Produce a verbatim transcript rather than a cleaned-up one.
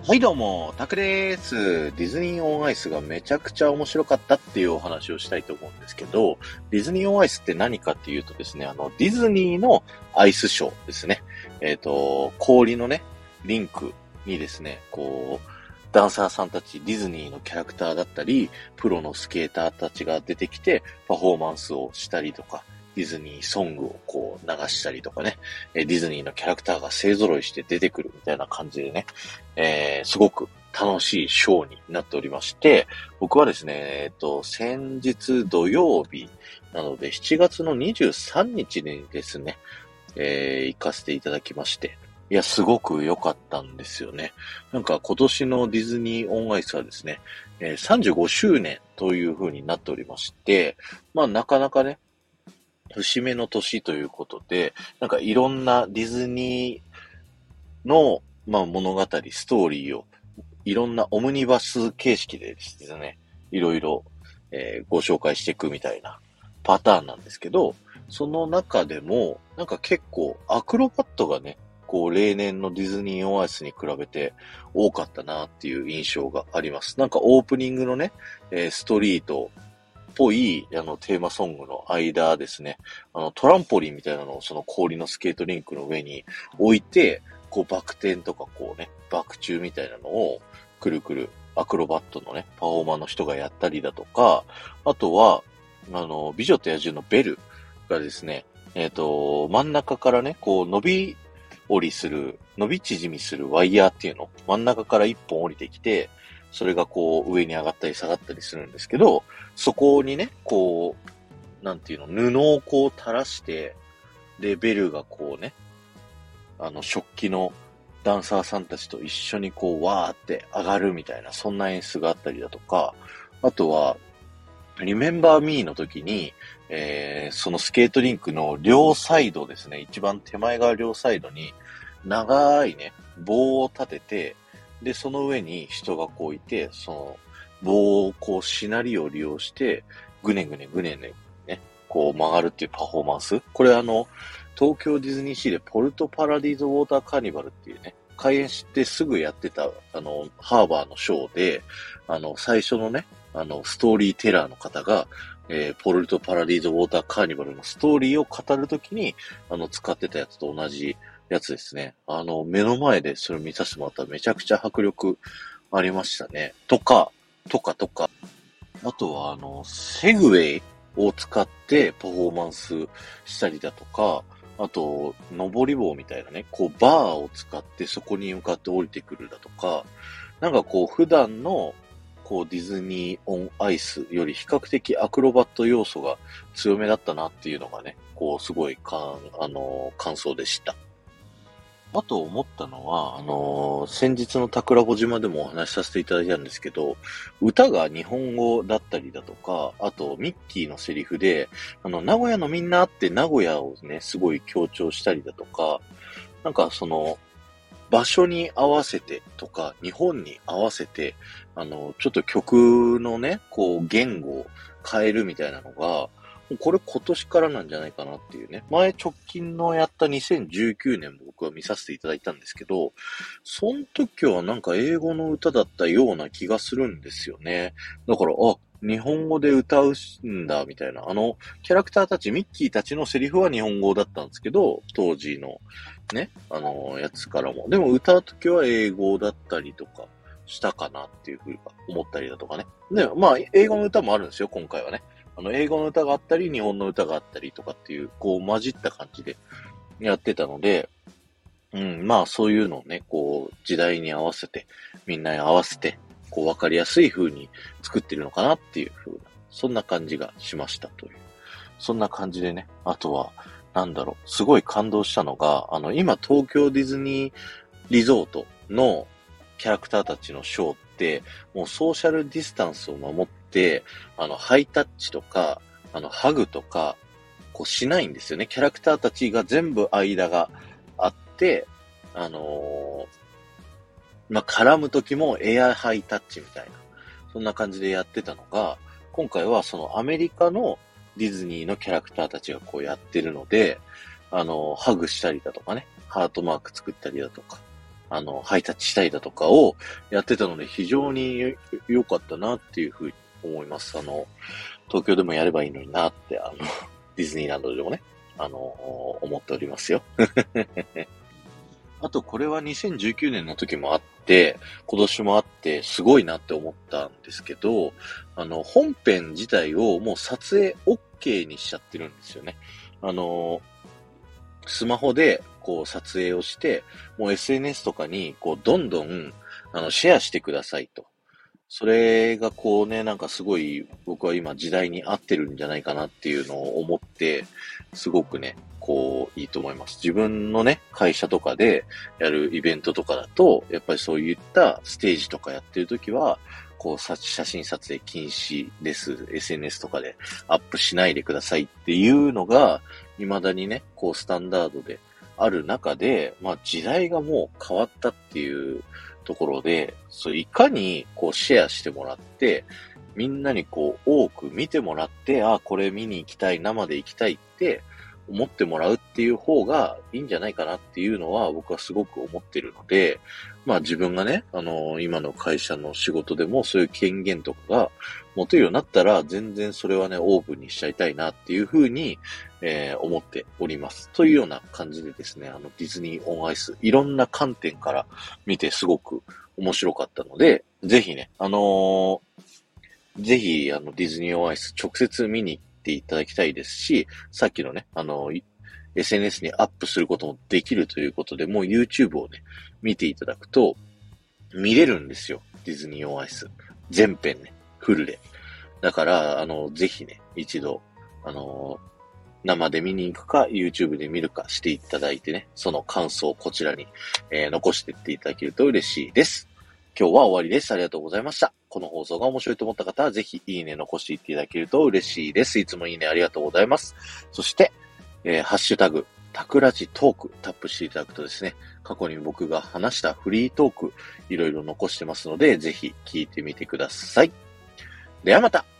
はいどうも、タクです。ディズニーオンアイスがめちゃくちゃ面白かったっていうお話をしたいと思うんですけど、ディズニーオンアイスって何かっていうとですね、あの、ディズニーのアイスショーですね。えっと、氷のね、リンクにですね、こう、ダンサーさんたち、ディズニーのキャラクターだったり、プロのスケーターたちが出てきて、パフォーマンスをしたりとか、ディズニーソングをこう流したりとかね、ディズニーのキャラクターが勢揃いして出てくるみたいな感じでね、えー、すごく楽しいショーになっておりまして、僕はですね、えっと、先日土曜日なのでしちがつのにじゅうさんにちにですね、えー、行かせていただきまして、いや、すごく良かったんですよね。なんか今年のディズニーオンアイスはですね、えー、さんじゅうごしゅうねんという風になっておりまして、まあなかなかね、節目の年ということで、なんかいろんなディズニーの、まあ、物語、ストーリーをいろんなオムニバス形式でですね、いろいろ、えーご紹介していくみたいなパターンなんですけど、その中でも、なんか結構アクロバットがね、こう例年のディズニーオンアイスに比べて多かったなっていう印象があります。なんかオープニングのね、えーストリートっぽいあのテーマソングの間ですね、あのトランポリンみたいなのをその氷のスケートリンクの上に置いて、こうバク転とかこうね、バク宙みたいなのをくるくるアクロバットのね、パフォーマーの人がやったりだとか、あとは、あの、美女と野獣のベルがですね、えっと、真ん中からね、こう伸び降りする、伸び縮みするワイヤーっていうの、真ん中から一本降りてきて、それがこう上に上がったり下がったりするんですけど、そこにね、こう、なんていうの、布をこう垂らして、で、ベルがこうね、あの、食器のダンサーさんたちと一緒にこう、わーって上がるみたいな、そんな演出があったりだとか、あとは、リメンバーミーの時に、えー、そのスケートリンクの両サイドですね、一番手前側両サイドに、長いね、棒を立てて、で、その上に人がこういて、その棒をこう、しなりを利用して、ぐねぐねぐねね、ね、こう曲がるっていうパフォーマンス。これあの、東京ディズニーシーでポルトパラディーゾウォーターカーニバルっていうね、開園してすぐやってた、あの、ハーバーのショーで、あの、最初のね、あの、ストーリーテラーの方が、えー、ポルトパラディーゾウォーターカーニバルのストーリーを語るときに、あの、使ってたやつと同じやつですね。あの、目の前でそれ見させてもらったらめちゃくちゃ迫力ありましたね。とか、とかとか、あとは、あの、セグウェイを使ってパフォーマンスしたりだとか、あと、登り棒みたいなね、こう、バーを使ってそこに向かって降りてくるだとか、なんかこう、普段の、こう、ディズニーオンアイスより比較的アクロバット要素が強めだったなっていうのがね、こう、すごいかん、あの、感想でした。あと思ったのは、あのー先日の桜子島でもお話しさせていただいたんですけど、歌が日本語だったりだとか、あとミッキーのセリフで、あの、名古屋のみんなって名古屋をね、すごい強調したりだとか、なんかその、場所に合わせてとか、日本に合わせて、あの、ちょっと曲のね、こう、言語を変えるみたいなのが、これ今年からなんじゃないかなっていうね。前直近のやったにせんじゅうきゅうねん僕は見させていただいたんですけど、その時はなんか英語の歌だったような気がするんですよね。だから、あ、日本語で歌うんだ、みたいな。あの、キャラクターたち、ミッキーたちのセリフは日本語だったんですけど、当時のね、あの、やつからも。でも歌うときは英語だったりとかしたかなっていうふうに思ったりだとかね。で、まあ、英語の歌もあるんですよ、今回はね。あの、英語の歌があったり、日本の歌があったりとかっていう、こう混じった感じでやってたので、うん、まあそういうのをね、こう、時代に合わせて、みんなに合わせて、こう、わかりやすい風に作ってるのかなっていう風な、そんな感じがしましたという。そんな感じでね、あとは、なんだろう、すごい感動したのが、あの、今東京ディズニーリゾートのキャラクターたちのショーって、もうソーシャルディスタンスを守って、あの、ハイタッチとか、あの、ハグとか、こうしないんですよね。キャラクターたちが全部間があって、あのーまあ、絡む時もエアハイタッチみたいな、そんな感じでやってたのが、今回はそのアメリカのディズニーのキャラクターたちがこうやってるので、あのーハグしたりだとかね、ハートマーク作ったりだとか、 あの、ハイタッチしたりだとかをやってたので、非常に良かったなっていうふうに思います。あの、東京でもやればいいのになって、あの、ディズニーランドでもね、あの、思っておりますよ。あと、これはにせんじゅうきゅうねんの時もあって、今年もあって、すごいなって思ったんですけど、あの、本編自体をもう撮影 OK にしちゃってるんですよね。あの、スマホで、こう、撮影をして、もう エスエヌエス とかに、こう、どんどん、あの、シェアしてくださいと。それがこうね、なんかすごい僕は今時代に合ってるんじゃないかなっていうのを思って、すごくね、こういいと思います。自分のね、会社とかでやるイベントとかだと、やっぱりそういったステージとかやってるときは、こう写真撮影禁止です。エスエヌエス とかでアップしないでくださいっていうのが、未だにね、こうスタンダードである中で、まあ時代がもう変わったっていうところで、そういかにこうシェアしてもらって、みんなにこう多く見てもらって、あ、これ見に行きたい、生で行きたいって思ってもらうっていう方がいいんじゃないかなっていうのは僕はすごく思ってるので、まあ自分がね、あの、今の会社の仕事でもそういう権限とかが持てるようになったら、全然それはね、オープンにしちゃいたいなっていうふうに、えー、思っております。というような感じでですね、あの、ディズニーオンアイス、いろんな観点から見てすごく面白かったので、ぜひね、あのー、ぜひ、あの、ディズニーオンアイス直接見に行っていただきたいですし、さっきのね、あの、エスエヌエス にアップすることもできるということで、もう YouTube をね、見ていただくと、見れるんですよ。ディズニーオンアイス。全編ね、フルで。だから、あの、ぜひね、一度、あの、生で見に行くか、YouTube で見るかしていただいてね、その感想をこちらに、えー、残していっていただけると嬉しいです。今日は終わりです。ありがとうございました。この放送が面白いと思った方は、ぜひいいね残していっていただけると嬉しいです。いつもいいねありがとうございます。そして、えー、ハッシュタグ、タクラジトークタップしていただくとですね、過去に僕が話したフリートーク、いろいろ残してますので、ぜひ聞いてみてください。ではまた